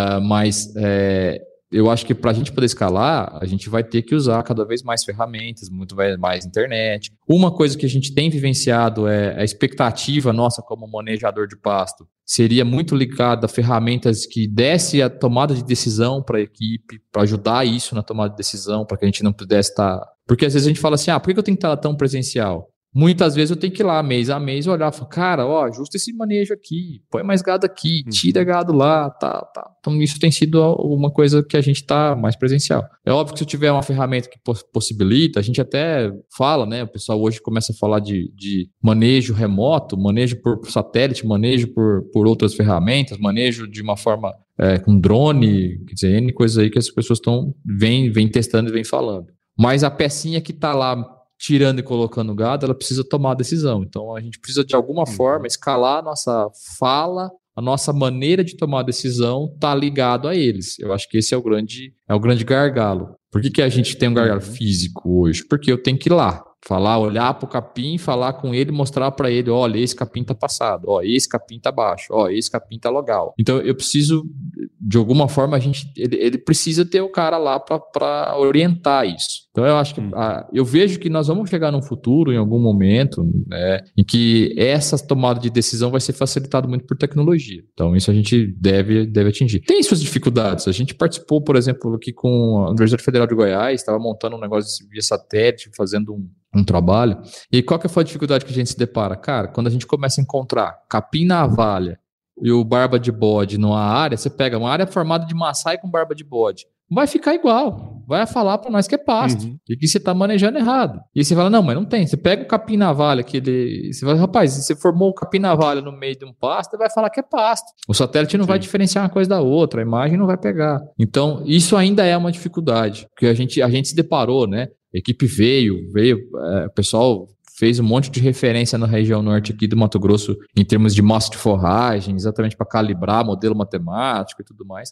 Eu acho que para a gente poder escalar, a gente vai ter que usar cada vez mais ferramentas, muito mais internet. Uma coisa que a gente tem vivenciado é a expectativa nossa como manejador de pasto. Seria muito ligada a ferramentas que desse a tomada de decisão para a equipe, para ajudar isso na tomada de decisão, para que a gente não pudesse estar... Porque às vezes a gente fala assim, por que eu tenho que estar tão presencial? Muitas vezes eu tenho que ir lá, mês a mês, olhar e falar, cara, ajusta esse manejo aqui, põe mais gado aqui, tira gado lá, tá. Então isso tem sido uma coisa que a gente tá mais presencial. É óbvio que se eu tiver uma ferramenta que possibilita, a gente até fala, né, o pessoal hoje começa a falar de manejo remoto, manejo por satélite, manejo por outras ferramentas, manejo de uma forma com drone, quer dizer, N coisas aí que as pessoas vêm testando e vêm falando. Mas a pecinha que tá lá tirando e colocando gado, ela precisa tomar a decisão. Então, a gente precisa, de alguma forma, escalar a nossa fala, a nossa maneira de tomar a decisão tá ligado a eles. Eu acho que esse é o grande gargalo. Por que a gente tem um gargalo físico hoje? Porque eu tenho que ir lá, olhar pro capim, falar com ele, mostrar para ele, olha, esse capim tá passado, esse capim tá baixo, esse capim tá legal. Então, eu preciso, de alguma forma, ele precisa ter o cara lá para orientar isso. Então, eu acho que eu vejo que nós vamos chegar num futuro, em algum momento, né, em que essa tomada de decisão vai ser facilitada muito por tecnologia. Então, isso a gente deve atingir. Tem suas dificuldades. A gente participou, por exemplo, aqui com a Universidade Federal de Goiás, estava montando um negócio via satélite, fazendo um trabalho. E qual que foi a dificuldade que a gente se depara? Cara, quando a gente começa a encontrar capim na valha e o barba de bode numa área, você pega uma área formada de maçai com barba de bode, vai ficar igual, vai falar para nós que é pasto, e que você está manejando errado. E você fala, não, mas não tem, você pega o capim na valha, você fala, rapaz, você formou o capim na valha no meio de um pasto, você vai falar que é pasto. O satélite não vai diferenciar uma coisa da outra, a imagem não vai pegar. Então, isso ainda é uma dificuldade, porque a gente se deparou, né? A equipe veio, o pessoal fez um monte de referência na região norte aqui do Mato Grosso em termos de mostra de forragem, exatamente para calibrar modelo matemático e tudo mais.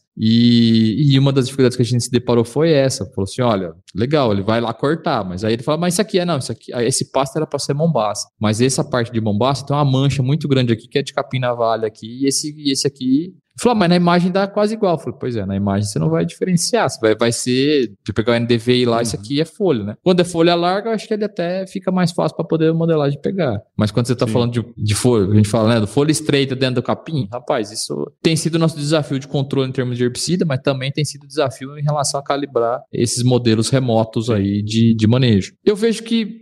E uma das dificuldades que a gente se deparou foi essa. Falou assim, olha, legal, ele vai lá cortar, mas aí ele fala, mas isso aqui esse pasto era para ser mombaça. Mas essa parte de mombaça tem uma mancha muito grande aqui que é de capim na valha aqui, e esse aqui... Falou, mas na imagem dá quase igual. Eu falei, pois é, na imagem você não vai diferenciar. Você vai ser, de pegar o NDVI lá, isso aqui é folha, né? Quando é folha larga, eu acho que ele até fica mais fácil para poder a modelagem pegar. Mas quando você está falando de folha, a gente fala, né, do folha estreita dentro do capim, rapaz, isso tem sido o nosso desafio de controle em termos de herbicida, mas também tem sido desafio em relação a calibrar esses modelos remotos aí de manejo. Eu vejo que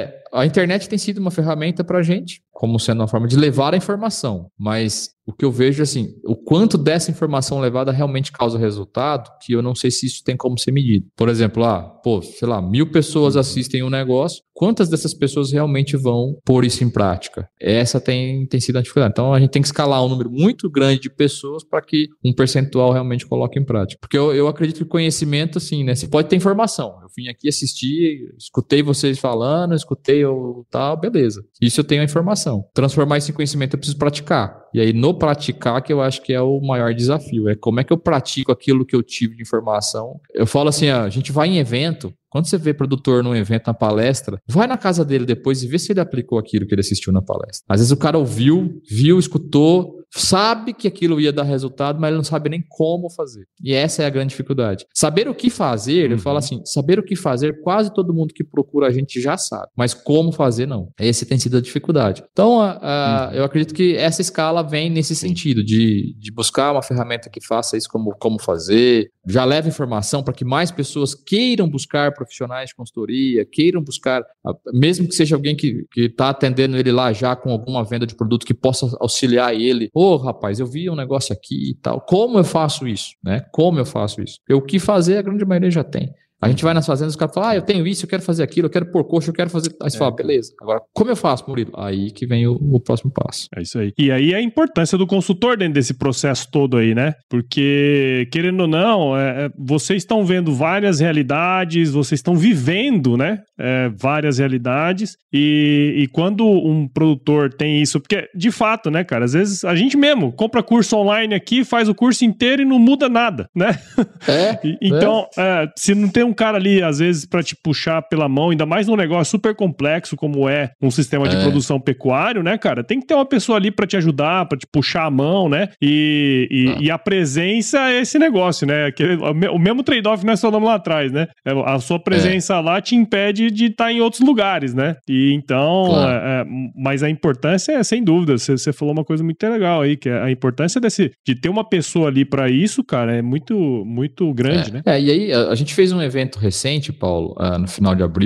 a internet tem sido uma ferramenta para a gente, como sendo uma forma de levar a informação, mas o que eu vejo, assim, o quanto dessa informação levada realmente causa resultado, que eu não sei se isso tem como ser medido. Por exemplo, 1.000 pessoas assistem um negócio, quantas dessas pessoas realmente vão pôr isso em prática? Essa tem sido a dificuldade. Então, a gente tem que escalar um número muito grande de pessoas para que um percentual realmente coloque em prática. Porque eu acredito que o conhecimento, assim, né, você pode ter informação. Eu vim aqui assistir, escutei vocês falando, escutei o tal, beleza. Isso eu tenho a informação. Transformar esse conhecimento eu preciso praticar. E aí, no praticar, que eu acho que é o maior desafio. É como é que eu pratico aquilo que eu tive de informação. Eu falo assim, a gente vai em evento, quando você vê produtor num evento, na palestra, vai na casa dele depois e vê se ele aplicou aquilo que ele assistiu na palestra. Às vezes o cara ouviu, viu, escutou, sabe que aquilo ia dar resultado, mas ele não sabe nem como fazer. E essa é a grande dificuldade. Saber o que fazer, eu falo assim, saber o que fazer, quase todo mundo que procura a gente já sabe, mas como fazer, não. Essa tem sido a dificuldade. Então, eu acredito que essa escala vem nesse sentido, de buscar uma ferramenta que faça isso como fazer, já leva informação para que mais pessoas queiram buscar profissionais de consultoria, queiram buscar, mesmo que seja alguém que está atendendo ele lá já com alguma venda de produto que possa auxiliar ele. Rapaz, eu vi um negócio aqui e tal. Como eu faço isso? Né? Como eu faço isso? Porque o que fazer, a grande maioria já tem. A gente vai nas fazendas, os caras falam, eu tenho isso, eu quero fazer aquilo, eu quero pôr coxa, eu quero fazer... Aí você fala, beleza, agora como eu faço, Murilo? Aí que vem o próximo passo. É isso aí. E aí a importância do consultor dentro desse processo todo aí, né? Porque, querendo ou não, vocês estão vendo várias realidades, vocês estão vivendo, né? Várias realidades. E quando um produtor tem isso... Porque, de fato, né, cara? Às vezes a gente mesmo compra curso online aqui, faz o curso inteiro e não muda nada, né? Então, se não tem um cara ali, às vezes, para te puxar pela mão, ainda mais num negócio super complexo como é um sistema de produção pecuário, né, cara? Tem que ter uma pessoa ali para te ajudar, para te puxar a mão, né? E a presença é esse negócio, né? O mesmo trade-off que nós falamos lá atrás, né? A sua presença lá te impede de estar em outros lugares, né? E então, mas a importância é, sem dúvida, você falou uma coisa muito legal aí, que a importância de ter uma pessoa ali para isso, cara, é muito, muito grande, né? E aí, a gente fez um evento recente, Paulo, no final de abril,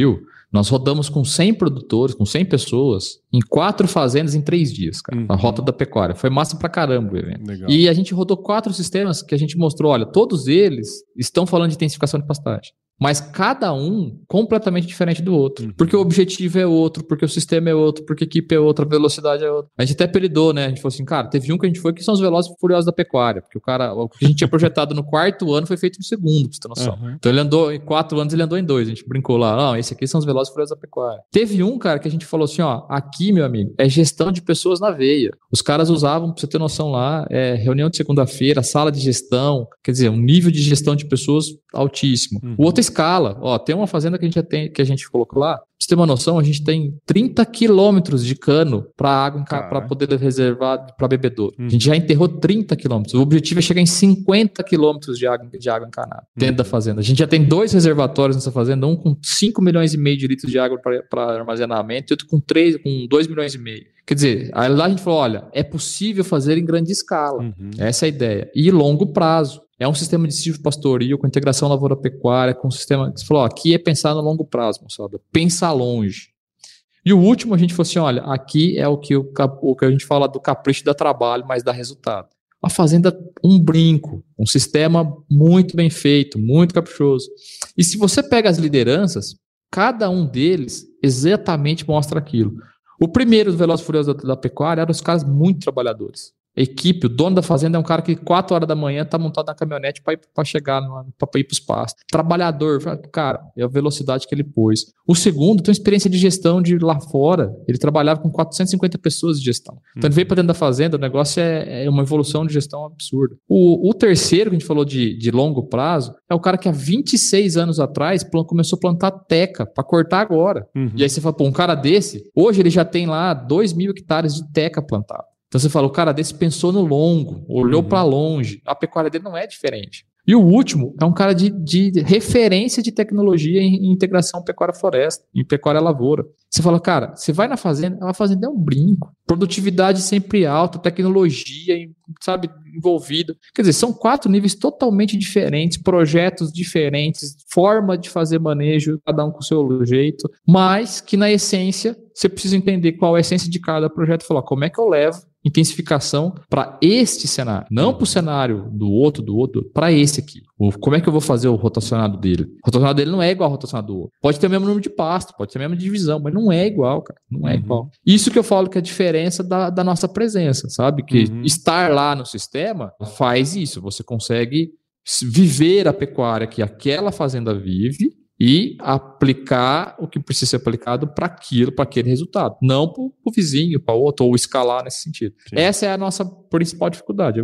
Nós rodamos com 100 produtores, com 100 pessoas, em 4 fazendas em 3 dias, cara. A rota da pecuária. Foi massa pra caramba o evento. Legal. E a gente rodou 4 sistemas que a gente mostrou, olha, todos eles estão falando de intensificação de pastagem. Mas cada um completamente diferente do outro. Porque o objetivo é outro, porque o sistema é outro, porque a equipe é outra, a velocidade é outra. A gente até apelidou, né? A gente falou assim, cara, teve um que a gente foi que são os velozes e furiosos da pecuária. Porque o que a gente tinha projetado no 4º ano foi feito no 2º, pra você ter noção. Então ele andou em 4 anos, ele andou em 2. A gente brincou lá, não, esse aqui são os velozes e furiosos da pecuária. Teve um, cara, que a gente falou assim, ó, aqui, meu amigo, é gestão de pessoas na veia. Os caras usavam, pra você ter noção lá, reunião de segunda-feira, sala de gestão, quer dizer, um nível de gestão de pessoas altíssimo. O outro escala, ó, tem uma fazenda que a gente colocou lá, pra você ter uma noção, a gente tem 30 quilômetros de cano para água, para poder reservar para bebedouro. A gente já enterrou 30 quilômetros. O objetivo é chegar em 50 quilômetros de água encanada dentro da fazenda. A gente já tem 2 reservatórios nessa fazenda, um com 5 milhões e meio de litros de água para armazenamento e outro com 2 milhões e meio. Quer dizer, aí lá a gente falou, olha, é possível fazer em grande escala. Essa é a ideia. E longo prazo. É um sistema de silvopastoril com integração lavoura-pecuária, com um sistema... Você falou, ó, aqui é pensar no longo prazo, moçada. Pensar longe. E o último, a gente falou assim, olha, aqui é o que a gente fala do capricho dá trabalho, mas dá resultado. A fazenda, um brinco, um sistema muito bem feito, muito caprichoso. E se você pega as lideranças, cada um deles exatamente mostra aquilo. O primeiro do Velozes e Furiosos da pecuária eram os caras muito trabalhadores. A equipe, o dono da fazenda é um cara que 4 horas da manhã tá montado na caminhonete para chegar, para ir para os pastos. Trabalhador, cara, é a velocidade que ele pôs. O segundo tem uma experiência de gestão de lá fora. Ele trabalhava com 450 pessoas de gestão. Então ele veio para dentro da fazenda, o negócio é uma evolução de gestão absurda. O terceiro, que a gente falou de longo prazo, é o cara que há 26 anos atrás começou a plantar teca para cortar agora. E aí você fala, pô, um cara desse, hoje ele já tem lá 2.000 hectares de teca plantado. Então você fala, o cara desse pensou no longo, olhou para longe. A pecuária dele não é diferente. E o último é um cara de referência de tecnologia em integração pecuária-floresta, em pecuária-lavoura. Você fala, cara, você vai na fazenda, a fazenda é um brinco. Produtividade sempre alta, tecnologia, sabe, envolvida. Quer dizer, são 4 níveis totalmente diferentes, projetos diferentes, forma de fazer manejo, cada um com o seu jeito, mas que na essência você precisa entender qual é a essência de cada projeto e falar, como é que eu levo intensificação para este cenário, não para o cenário do outro, para esse aqui. Como é que eu vou fazer o rotacionado dele? O rotacionado dele não é igual ao rotacionado do outro. Pode ter o mesmo número de pasto, pode ter a mesma divisão, mas não é igual, cara. Não é igual. Isso que eu falo que é a diferença da nossa presença, sabe? Que estar lá no sistema faz isso. Você consegue viver a pecuária que aquela fazenda vive e aplicar o que precisa ser aplicado para aquele resultado. Não para o vizinho, para o outro, ou escalar nesse sentido. Sim. Essa é a nossa principal dificuldade.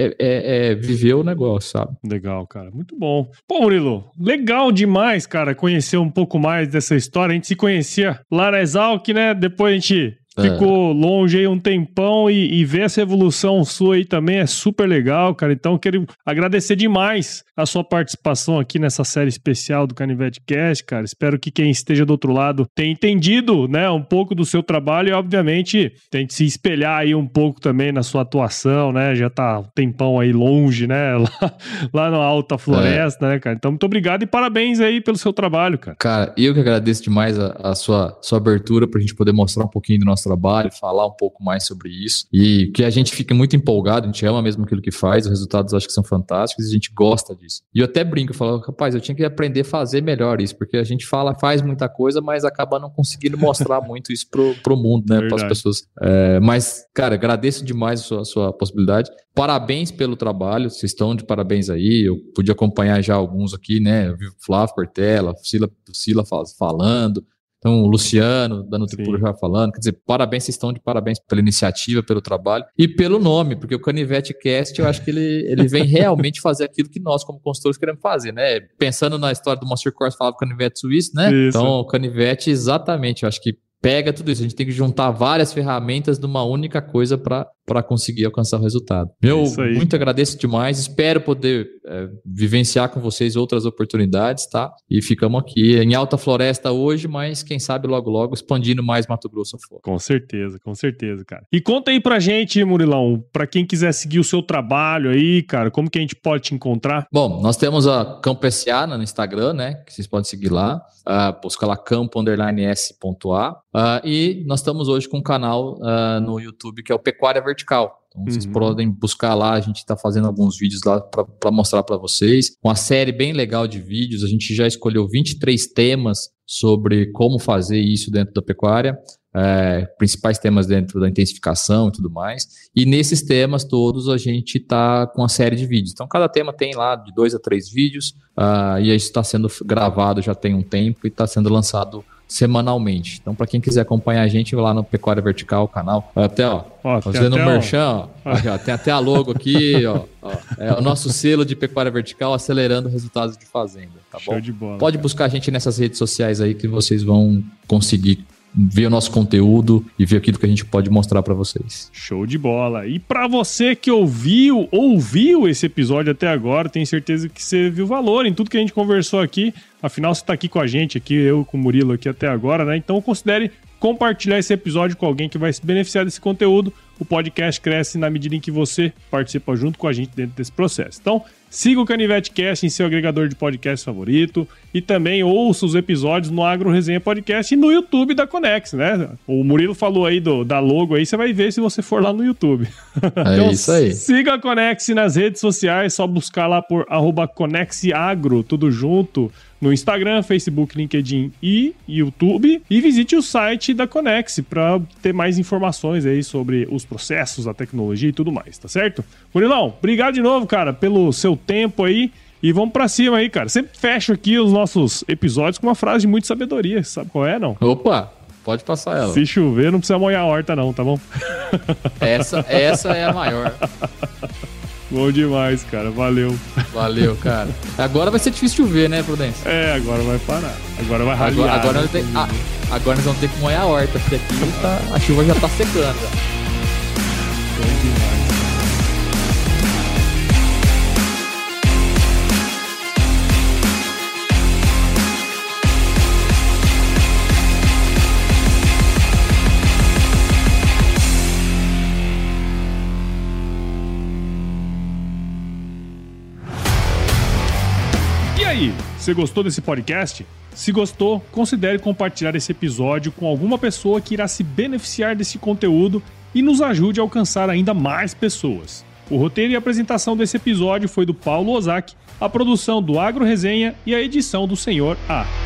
É viver o negócio, sabe? Legal, cara. Muito bom. Pô, Murilo, legal demais, cara, conhecer um pouco mais dessa história. A gente se conhecia lá na Exalc, né? Depois a gente ficou longe aí um tempão e ver essa evolução sua aí também é super legal, cara. Então, quero agradecer demais a sua participação aqui nessa série especial do Canivete Cast, cara. Espero que quem esteja do outro lado tenha entendido, né, um pouco do seu trabalho e, obviamente, tente se espelhar aí um pouco também na sua atuação, né? Já tá um tempão aí longe, né? Lá na Alta Floresta, né, cara? Então, muito obrigado e parabéns aí pelo seu trabalho, cara. Cara, eu que agradeço demais a sua abertura pra gente poder mostrar um pouquinho do nosso trabalho, falar um pouco mais sobre isso e que a gente fica muito empolgado, a gente ama mesmo aquilo que faz, os resultados eu acho que são fantásticos e a gente gosta disso. E eu até brinco, eu falo, rapaz, eu tinha que aprender a fazer melhor isso, porque a gente faz muita coisa, mas acaba não conseguindo mostrar muito isso pro mundo, né, para as pessoas. Mas, cara, agradeço demais a sua possibilidade. Parabéns pelo trabalho, vocês estão de parabéns aí, eu pude acompanhar já alguns aqui, né, eu vi o Flávio Cortella, Sila falando, então, o Luciano, dando tempo já falando. Quer dizer, parabéns, vocês estão de parabéns pela iniciativa, pelo trabalho e pelo nome, porque o Canivete Cast, eu acho que ele vem realmente fazer aquilo que nós, como consultores, queremos fazer, né? Pensando na história do Moacir Corsa, falava Canivete Suíço, né? Isso. Então, o Canivete, exatamente, eu acho que pega tudo isso. A gente tem que juntar várias ferramentas numa única coisa para para conseguir alcançar o resultado. Muito agradeço demais, espero poder vivenciar com vocês outras oportunidades, tá? E ficamos aqui em Alta Floresta hoje, mas quem sabe logo expandindo mais Mato Grosso afora. Com certeza, cara. E conta aí pra gente, Murilão, pra quem quiser seguir o seu trabalho aí, cara, como que a gente pode te encontrar? Bom, nós temos a Campo SA no Instagram, né, que vocês podem seguir lá, busca lá campo_s.a, e nós estamos hoje com um canal no YouTube que é o Pecuária Vertical. Então, vocês podem buscar lá, a gente está fazendo alguns vídeos lá para mostrar para vocês. Uma série bem legal de vídeos, a gente já escolheu 23 temas sobre como fazer isso dentro da pecuária, principais temas dentro da intensificação e tudo mais. E nesses temas todos a gente está com uma série de vídeos. Então, cada tema tem lá de 2 a 3 vídeos, e isso está sendo gravado já tem um tempo e está sendo lançado semanalmente. Então, para quem quiser acompanhar a gente, vai lá no Pecuária Vertical, o canal. Até, fazendo um merchan, tem até a logo aqui, é o nosso selo de Pecuária Vertical acelerando resultados de fazenda, tá bom? Show de bola. Pode buscar a gente nessas redes sociais aí que vocês vão conseguir ver o nosso conteúdo e ver aquilo que a gente pode mostrar para vocês. Show de bola. E para você que ouviu esse episódio até agora, tenho certeza que você viu valor em tudo que a gente conversou aqui. Afinal, você tá aqui com a gente, aqui eu com o Murilo aqui até agora, né? Então considere compartilhar esse episódio com alguém que vai se beneficiar desse conteúdo. O podcast cresce na medida em que você participa junto com a gente dentro desse processo. Então, siga o Canivete Cast em seu agregador de podcast favorito e também ouça os episódios no Agro Resenha Podcast e no YouTube da Conex, né? O Murilo falou aí da logo aí, você vai ver se você for lá no YouTube. Então, isso aí. Siga a Conex nas redes sociais, só buscar lá por @ConexAgro, tudo junto, no Instagram, Facebook, LinkedIn e YouTube. E visite o site da Conex para ter mais informações aí sobre os processos, a tecnologia e tudo mais, tá certo? Murilão, obrigado de novo, cara, pelo seu tempo aí. E vamos pra cima aí, cara. Sempre fecho aqui os nossos episódios com uma frase de muita sabedoria. Sabe qual é, não? Opa, pode passar ela. Se chover, não precisa molhar a horta não, tá bom? Essa é a maior. Bom demais, cara. Valeu. Valeu, cara. Agora vai ser difícil chover, né, Prudência? Agora vai parar. Agora vai raliar. Agora nós vamos ter que molhar a horta, porque aqui a chuva já tá secando. Bom demais. E aí, você gostou desse podcast? Se gostou, considere compartilhar esse episódio com alguma pessoa que irá se beneficiar desse conteúdo e nos ajude a alcançar ainda mais pessoas. O roteiro e a apresentação desse episódio foi do Paulo Ozaki, a produção do Agro Resenha e a edição do Senhor A.